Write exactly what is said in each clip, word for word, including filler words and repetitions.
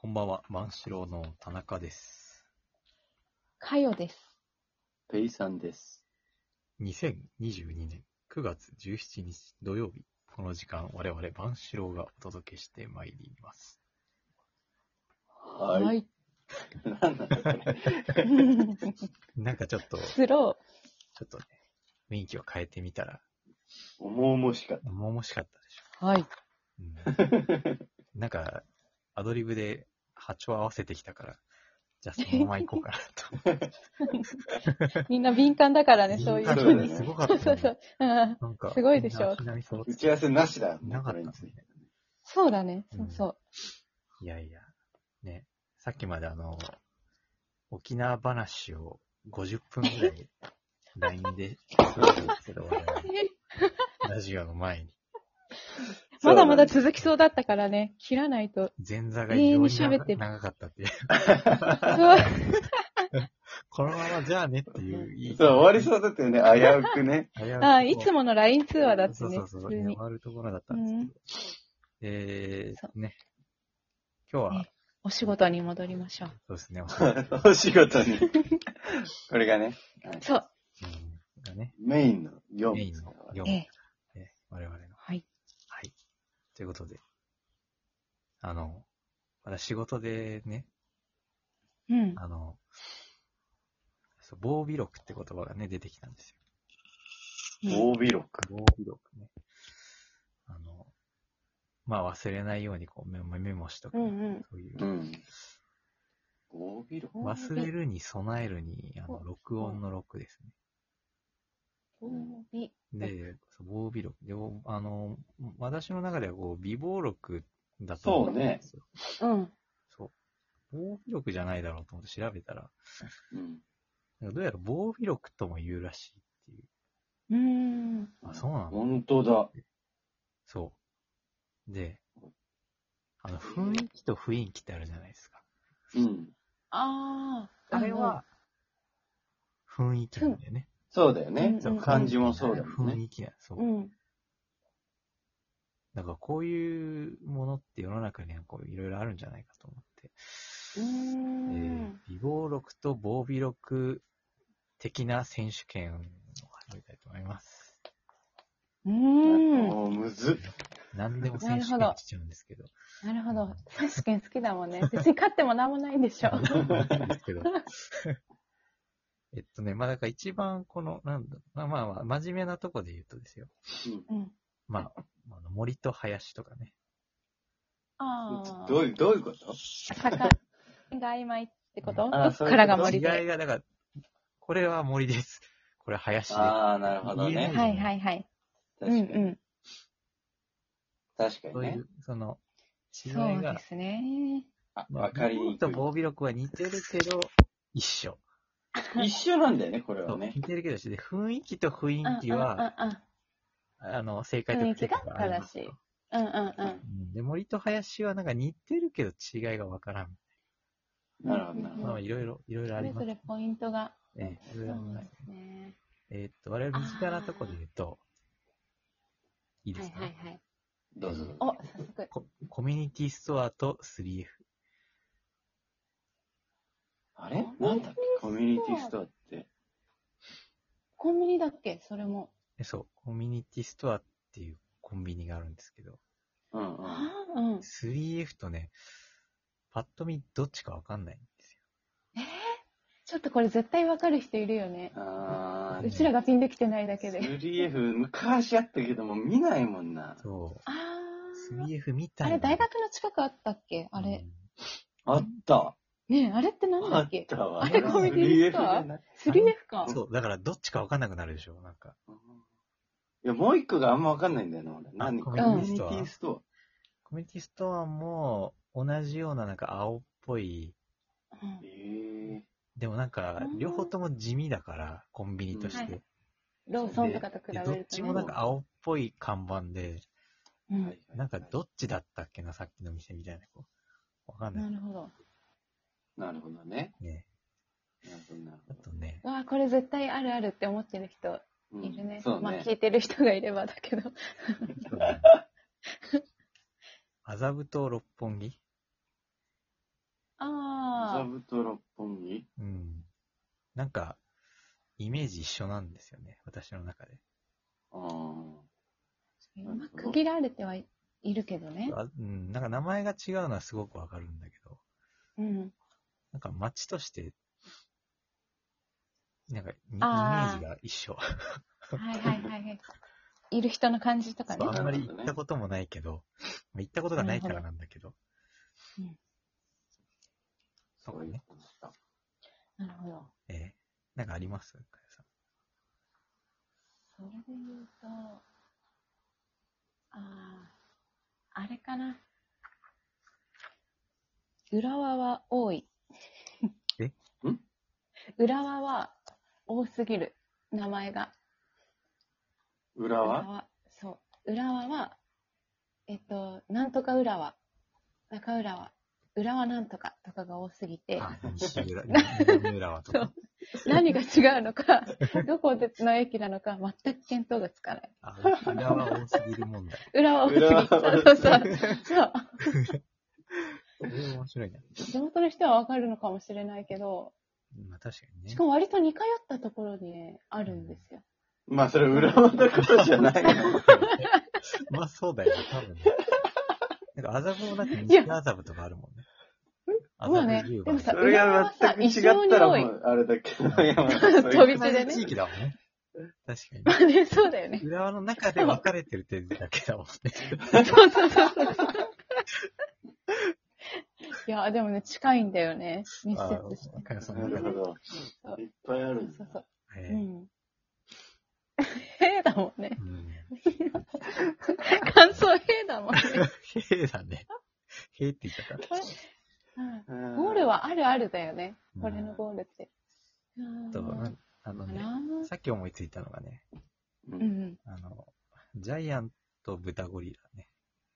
こんばんは、万志郎の田中です。 かよです。 ペイさんです。 にせんにじゅうにねんくがつじゅうしちにち土曜日、この時間、我々万志郎がお届けしてまいります。 はい。 はい。 なんだこれ。 なんかちょっと、ちスロょっとね、雰囲気を変えてみたら、 重々しかっ重々しかったでしー。はい。 ょ。うん、なんか、アドリブで波長合わせてきたから、じゃあそのまま行こうかなと。 みんな敏感だからね、そういうのにのに。 すごかったよね。 そうそう。うん。 なんか、 すごいでしょみんな足並み揃って打ち合わせなしだ、ね。 なかったね。 そうだね。 うんそうそう。 いやいや、ね、さっきまであの、沖縄話をごじゅっぷんぐらい ライン でしてたんですけど、我々ラジオの前に。 まだまだ続きそうだったからね、切らないと。 前座が異常に永遠に喋ってる長かったっていう。 そうこのままじゃあねっていういい。 そう、終わりそうだったよね、危うくね。 危うくあ、いつもの ライン 通話だってね。 そうそうそう、 普通にね終わるところだったんですけど。えそー、ね、今日は、 ねお仕事に戻りましょう。 そうですね、お仕事お仕事に。これがね、はいそう。 うんがね、 メインの業務メインのですから。 業務、 ええ。 え我々の。 はい。 はい。ということで、あの、まだ仕事でね、 うん。 あの、そう防備録って言葉がね、出てきたんですよ。 防備録。 防備録ね。あの、まあ忘れないようにこうメモメモしとく。 うんうんそういう。 うん。防備録。 忘れるに備えるに、あの、録音の録ですね。 防備。 で、そう防備録。で、おあの、私の中ではこう、備忘録だとそうね思ったんですよ。 うん。 そう。防備録じゃないだろうと思って調べたら、 うん。 なんかどうやら防備録とも言うらしいっていう。 うーん。 あ、そうなんだ。 本当だ。 そう。で、あの、雰囲気と雰囲気ってあるじゃないですか。 うん。 ああ。 あれは、雰囲気なんだよね。 そうだよね。 うんうん漢字もそうだもんね。 雰囲気や、そう。 うん。うん。 だからこういうものって世の中にはこういろいろあるんじゃないかと思って、 うーん。 えー、備忘録と防備録的な選手権を始めたいと思います。 うーん。 もうむずっ。 何でも選手権しちゃうんですけど。 なるほど。選手権好きだもんね。別に勝ってもなんもないんでしょ。 いいんですけど。えっとね、まあだから一番この、なんだ、まあまあまあ、真面目なとこで言うとですよ。 うん。 まあ、あの森と林とかね。 ああ。 どういう、どういうこと坂が曖昧ってことあーどっからが森違いで。 が、だから、これは森です。これは林です。 ああ、なるほどね。 はいはいはい。うん確かに。 うん。 確かにねそういう。、その、違いそうが、 ですね。 あ、 まあわかりにくい。 と防備力は似てるけど、一緒。 一緒なんだよね、これそうはね。 似てるけど一緒で、雰囲気と雰囲気うんうんは、 うんうんあの、正解と不正解がありますと。 雰囲気が正しいうんうんうん。 うんで、森と林はなんか似てるけど違いがわからん。 なるほど、なるほど。 まあ、いろいろ、いろいろあります。 それぞれポイントが。 ええ、いろいろあります。 そうですね。 えーっと、我々身近なところで言うと、いいではいすか、 はいはい。 どうぞ。 お、早速。 ココミュニティストアと スリーエフ。 あれなんだっけコミュニティストアって。 コンビニだっけそれも。 えそう、コミュニティストアっていうコンビニがあるんですけど、 うんうん。 ああ、うん。 スリーエフ とね、パッと見どっちかわかんないんですよ。 えー、ちょっとこれ絶対わかる人いるよね。 あうちらがピンできてないだけで。 ー、スリーエフ 昔あったけども見ないもんな。 そう。 あスリーエフ みたいな。 あれ大学の近くあったっけあれ。 あった。 ねえ、あれってなんだあっっけたわ。 あれコミュニティストアスリーエフ じゃないスリーエフ か。 そう、だからどっちかわかんなくなるでしょ、なんか。 いや、もう一個があんまわかんないんだよな、俺。何ココミュニミュニティストアティストコミュニティストアも同じようななんか青っぽい、 うんア。へでもなんか両方とも地味だから、コンビニとして。 はいローソンとかと比べでると、ね。 どっちもなんか青っぽい看板で、 うんー。はいなんかどっちだったっけな、さっきの店みたいな。こうわかんない。 なるほど。 なるほどね。 ねなるほど、なるほど。 あとね、 わあ、これ絶対あるあるって思ってる人うんいるね。 そうね。 まあ聞いてる人がいればだけど。 麻布と六本木あ麻布と六本木うん。なんか、イメージ一緒なんですよね、私の中で。 ああ。 あ。まあ、区切られてはいいるけどね。 あうん、なんか名前が違うのはすごくわかるんだけど、 うん。 なんか街として、なんかイイメあーージが一緒。 はいはいはいはい。いる人の感じとかねそう。あんまり行ったこともないけど、まあ、行ったことがないからなんだけど、 うん。 そういうことした。 なるほど。 えーなんかありますかやさん。 それで言うと、ああ、あれかな。浦和は多い。 えん浦和は多すぎる。名前が。 浦和浦和。そう。浦和は、えっと、なんとか浦和。中浦和。浦和なんとかとかが多すぎて、 あ、西浦、南浦和とか。 何が違うのか、どこの駅なのか、全く見当がつかない。 あ、浦和多すぎる問題。 浦和多すぎ浦和そうそうそう。そうそれ面白いな。 地元の人はわかるのかもしれないけど、 まあ確かにね。 しかも割と似通ったところにね、あるんですよ。 まあそれ浦和だからじゃないの。 まあそうだよね、多分ね。なんか麻布もだっていや西麻布とかあるもんね。 まあね、でもさ、 それが全く違ったらもうあれだけど、いやまあそういう飛び地でね地域だもんね。確かに。 まあね、そうだよね。 浦和の中で分かれてるってだけだもんね。 そうそうそうそう。いや、でもね、近いんだよね。密あ接して。 あ、かやさんなるほど。 そういっぱいあるんだそうそう。 へえうん。へえだもんねう。ん。 感想へえだもんね。 へえだね。へえって言っちゃった。 うんゴールはあるあるだよね。 うんこれのゴールって。うんとなんあのね、 かなさっき思いついたのがね、 う。 うんん。 あの、ジャイアント豚ゴリラね。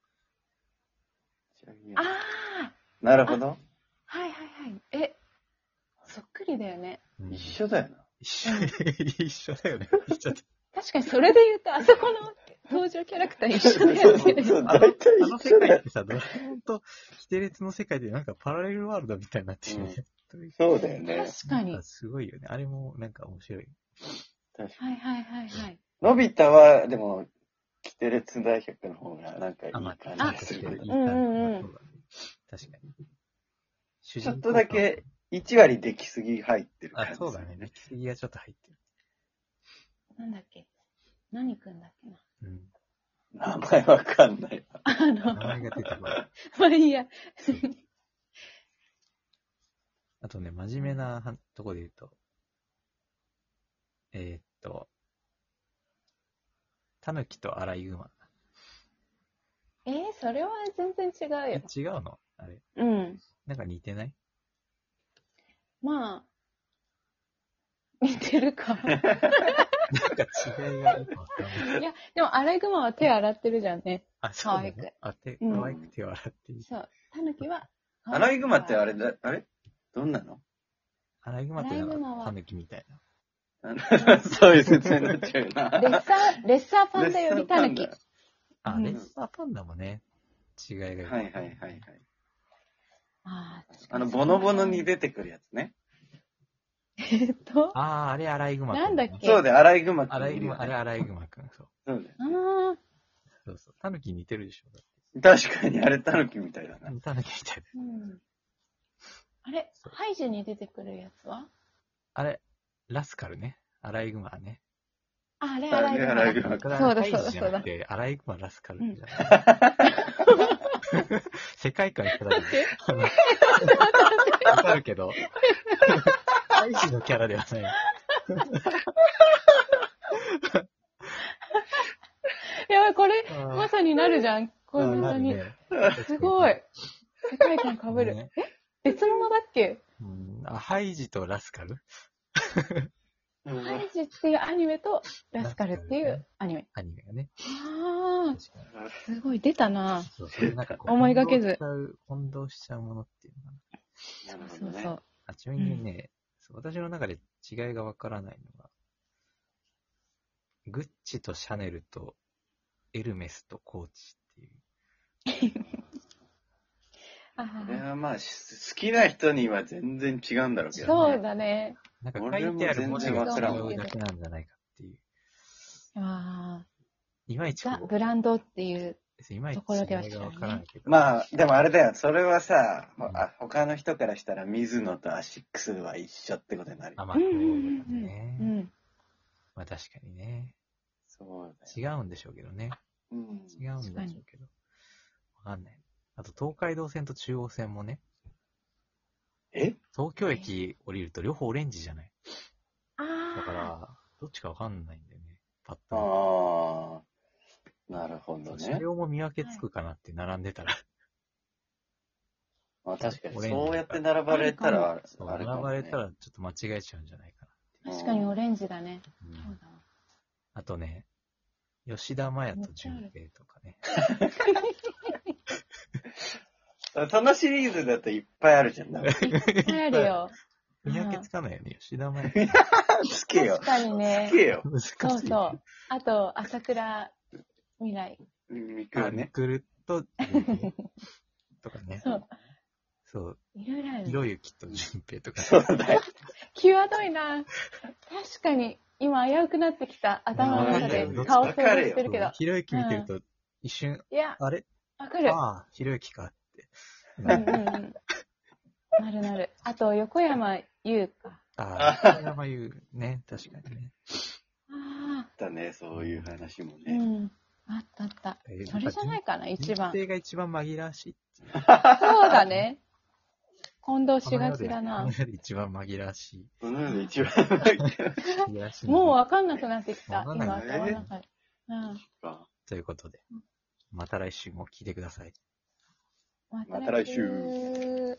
ああなるほど。 はいはいはい。え、そっくりだよね。 うん一緒だよな。 一緒、一緒だよね。一緒だ確かにそれで言うと、あそこの登場キャラクター一緒だよね。 そう、 あの大体あの一緒だよ世界って。さ、ドラえもんとキテレツの世界でなんかパラレルワールドみたいになってるね。 そうだよね。 確かに。 なんすごいよね。あれもなんか面白い。 確かに。 はいはいはいはい。 のび太は、でも、キテレツ大百の方がなんかいいあ、まあ、 感なんじするね。 かしてるいいうんうん感うんじ。まあそうだね確かに。主ちょっとだけ、いち割出来すぎ入ってる感じあ、そうだね。歴史がちょっと入ってる。 なんだっけ何くんだっけな。 うん。 名前わかんないわ。 あの、 名前が出てこない。 まあいいや。 あとね、真面目なはとこで言うと、えーっと、タヌキとアライグマ。 えー、それは全然違うえよ。 違うのあれ。 うん。 なんか似てないまあ、似てるか。 なんか違いがよくわかんない。 いや、でもアライグマは手洗ってるじゃんね。 あ、そうなの可愛くあ、手、 うん可愛く手を洗っていい。 そう。タヌキは。 アライグマってあれだ、あれどんなのアライグマってなんアライグマはかタヌキみたいな。 あのそういう説明になっちゃうよな。 レッサー、レッサーパンダよりタヌキ。 あ、 うんレッサーパンダもね、違いがよくわはいかんはいはいはい。 ああ、確かあの、 にボノボノに出てくるやつね。 えっと、 ああ、あれアライグマくん、 なんだっけそうだよ、アライグマくアライグマ、 んいるよね。 あれアライグマくん、そう。 そうだよ。 ああ、 そうそう。タヌキ似てるでしょ。 確かにあれタヌキみたいだな。 タヌキみたいだ。 うん。あれ、ハイジに出てくるやつはあれ、ラスカルね。アライグマね。 あ、あれアライグマだ。 アライグマこれはそうだハイジじゃなそうだくて、アライグマラスカルうんじゃない。世界観一緒だけど。あのわかるけど、ハイジのキャラではない。 やばい、これ、 あーまさになるじゃん。こあんなに。 なるねすごい。世界観被る。 ね別物だっけうんあハイジとラスカルうんハイジっていうアニメとラスカルっていうアニメ。 アニメがね。 あ確かにあ、すごい、出たな。 そう、それなんかこう思いがけず混同しちゃう、混同しちゃうものっていうのかな。 なるほどね。 そうそう。 あちなみにね、そう私の中で違いがわからないのが、グッチとシャネルとエルメスとコーチっていう。 あこれはまあ、し好きな人には全然違うんだろうけどね。 そうだね。 なんか書いてある文字が俺も全然わからん違うだけなんじゃないかっていう。 ああ、 いまいちこザ・ブランドっていう。 う、いまいちところでは違いがわからんけど。 まあ、でもあれだよ。それはさ、ほうんあ他の人からしたら、水野とアシックスは一緒ってことになるよ。 あ、まあ、そうだうんうんうんね。 うん。 まあ確かにね。 そうだよ。 違うんでしょうけどね。 うん。 違うんでしょうけど。わかんない。あと、東海道線と中央線もね、 え東京駅降りると両方オレンジじゃない。 ああ。 だから、どっちかわかんないんだよね。パッと見。 ああ、なるほどそうね。 車両も見分けつくかなって並んでたら。 まあ確かに、 オレンジそうやって並ばれたら、 そう、 あれかもね並ばれたらちょっと間違えちゃうんじゃないか確かにオレンジだね。 な。うんそうだわ。 あとね、吉田麻也と純平とかね。 そのシリーズだといっぱいあるじゃん。なんかいっぱいあるよ。 見分けつかないよね、吉田麻也。 つけよ確。かにねつ。けよ。 難しい。 そうそう。あと、朝倉未来。 ミクあ、 はね。 くると純平とかね。 そう。 そう。 いろいろあるひろね。 ゆきと純平とかね。 そうだよ。 際どいな。確かに、今危うくなってきた。頭の中でうん顔想像してるけど。 ひろゆき見てると、一瞬、 いや、 あれわかる。 ああ、ひろゆきかって。 うんうんうん。なるなる。あと、横山優か。 ああ、横山優ね、確かにね。 ああ。 だね、そういう話もうね。 ん。あったあった。 えーそれじゃないかな、一番。 純平が一番紛らわしいっていう。 そうだね。混同しがちだこなの。世で一番紛らわしい。 その世で一番紛らわしいもうわかんなくなってきた。今、 わかんない頭の中で。うん。 ということで、また来週も聞いてください。 ままた来週週。